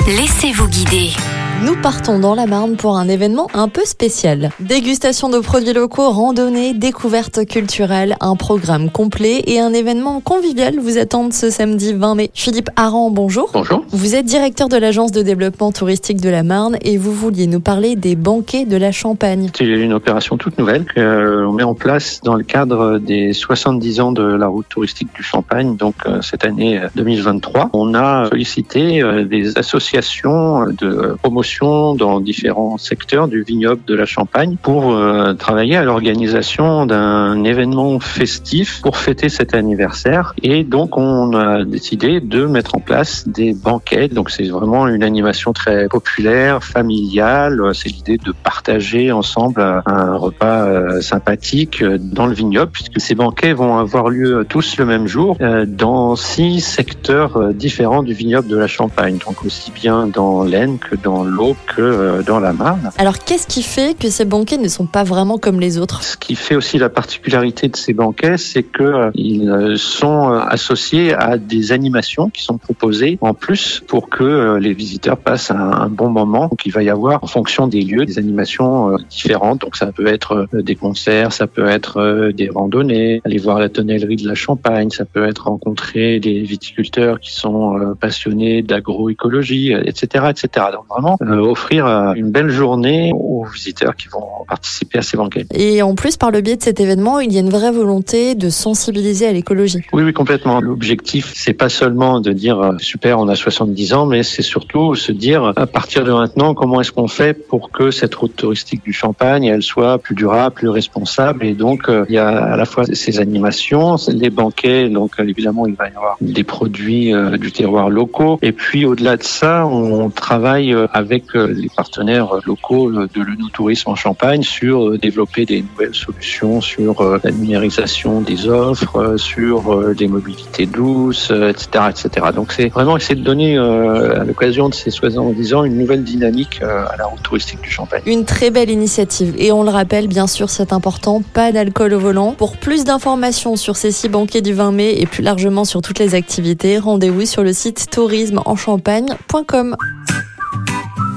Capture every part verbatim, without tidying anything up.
Laissez-vous guider. Nous partons dans la Marne pour un événement un peu spécial. Dégustation de produits locaux, randonnée, découverte culturelle, un programme complet et un événement convivial vous attendent ce samedi vingt mai. Philippe Aran, bonjour. Bonjour. Vous êtes directeur de l'agence de développement touristique de la Marne et vous vouliez nous parler des banquets de la Champagne. C'est une opération toute nouvelle qu'on met en place dans le cadre des soixante-dix ans de la route touristique du Champagne, donc cette année deux mille vingt-trois. On a sollicité des associations de promotion dans différents secteurs du vignoble de la Champagne pour euh, travailler à l'organisation d'un événement festif pour fêter cet anniversaire. Et donc, on a décidé de mettre en place des banquets. Donc, c'est vraiment une animation très populaire, familiale. C'est l'idée de partager ensemble un repas euh, sympathique dans le vignoble, puisque ces banquets vont avoir lieu tous le même jour euh, dans six secteurs euh, différents du vignoble de la Champagne. Donc, aussi bien dans l'Aisne que dans l'Aube que dans la Marne. Alors, qu'est-ce qui fait que ces banquets ne sont pas vraiment comme les autres ? Ce qui fait aussi la particularité de ces banquets, c'est qu'ils sont associés à des animations qui sont proposées en plus pour que les visiteurs passent un, un bon moment. Donc, il va y avoir, en fonction des lieux, des animations différentes. Donc, ça peut être des concerts, ça peut être des randonnées, aller voir la tonnellerie de la Champagne, ça peut être rencontrer des viticulteurs qui sont passionnés d'agroécologie, et cetera, et cetera. Donc, vraiment, offrir une belle journée aux visiteurs qui vont participer à ces banquets. Et en plus, par le biais de cet événement, il y a une vraie volonté de sensibiliser à l'écologie. Oui, oui, complètement. L'objectif, c'est pas seulement de dire super, on a soixante-dix ans, mais c'est surtout se dire à partir de maintenant, comment est-ce qu'on fait pour que cette route touristique du Champagne, elle soit plus durable, plus responsable. Et donc, il y a à la fois ces animations, les banquets. Donc, évidemment, il va y avoir des produits du terroir locaux. Et puis, au-delà de ça, on travaille avec les partenaires locaux de l'Euno-Tourisme en Champagne sur développer des nouvelles solutions sur la numérisation des offres, sur les mobilités douces, et cetera, et cetera. Donc c'est vraiment essayer de donner à l'occasion de ces soixante-dix ans une nouvelle dynamique à la route touristique du Champagne. Une très belle initiative et on le rappelle, bien sûr, c'est important, pas d'alcool au volant. Pour plus d'informations sur ces six banquets du vingt mai et plus largement sur toutes les activités, rendez-vous sur le site tourisme en champagne point com.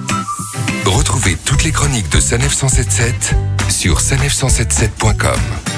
Retrouvez toutes les chroniques de Sanef cent soixante-dix-sept sur sanef cent soixante-dix-sept point com.